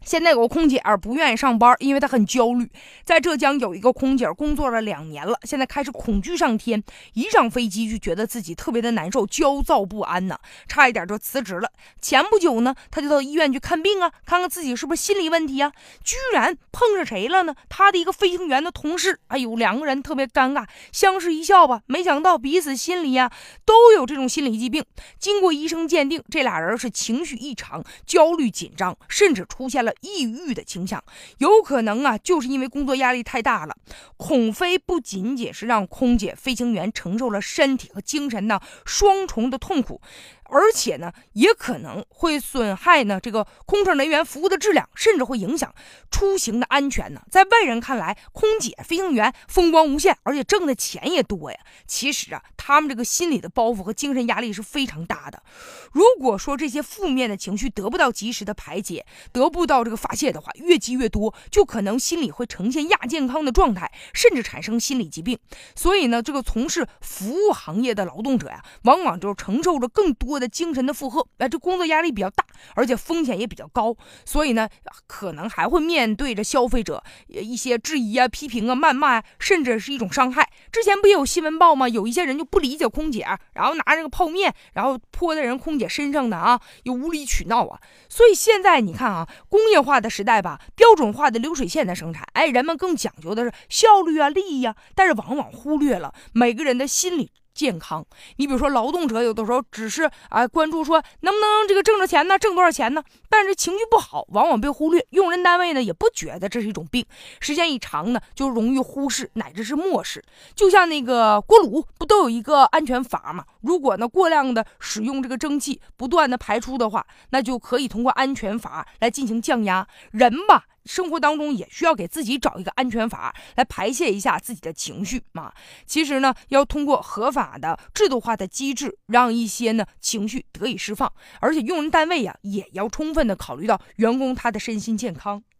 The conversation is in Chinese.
现在有个空姐不愿意上班，因为她很焦虑。在浙江有一个空姐工作了2年了，现在开始恐惧上天，一上飞机就觉得自己特别的难受，焦躁不安呢，差一点就辞职了。前不久呢，她就到医院去看病啊，看看自己是不是心理问题啊，居然碰上谁了呢？她的一个飞行员的同事，哎呦，2个人特别尴尬，相视一笑吧，没想到彼此心里啊都有这种心理疾病。经过医生鉴定，这俩人是情绪异常，焦虑紧张，甚至出现了抑郁的倾向，有可能啊就是因为工作压力太大了。恐飞不仅仅是让空姐飞行员承受了身体和精神的双重的痛苦，而且呢也可能会损害呢这个空乘人员服务的质量，甚至会影响出行的安全呢。在外人看来，空姐飞行员风光无限，而且挣的钱也多呀。其实啊，他们这个心理的包袱和精神压力是非常大的。如果说这些负面的情绪得不到及时的排解，得不到这个发泄的话，越积越多，就可能心理会呈现亚健康的状态，甚至产生心理疾病。所以呢，这个从事服务行业的劳动者呀，往往就承受着更多的精神的负荷，这工作压力比较大，而且风险也比较高，所以呢，可能还会面对着消费者一些质疑啊、批评啊、谩骂啊，甚至是一种伤害。之前不也有新闻报吗？有一些人就不理解空姐，然后拿这个泡面，然后泼在人空姐身上的啊，又无理取闹啊。所以现在你看啊，工业化的时代吧，标准化的流水线的生产，人们更讲究的是效率啊、利益啊，但是往往忽略了每个人的心理健康。你比如说劳动者有的时候只是关注说能不能这个挣着钱呢，挣多少钱呢，但是情绪不好往往被忽略，用人单位呢也不觉得这是一种病，时间一长呢就容易忽视乃至是漠视。就像那个锅炉不都有一个安全阀吗？如果呢过量的使用这个蒸汽不断的排出的话，那就可以通过安全阀来进行降压。人吧生活当中也需要给自己找一个安全阀来排泄一下自己的情绪嘛。其实呢，要通过合法的制度化的机制，让一些呢情绪得以释放，而且用人单位呀也要充分的考虑到员工他的身心健康。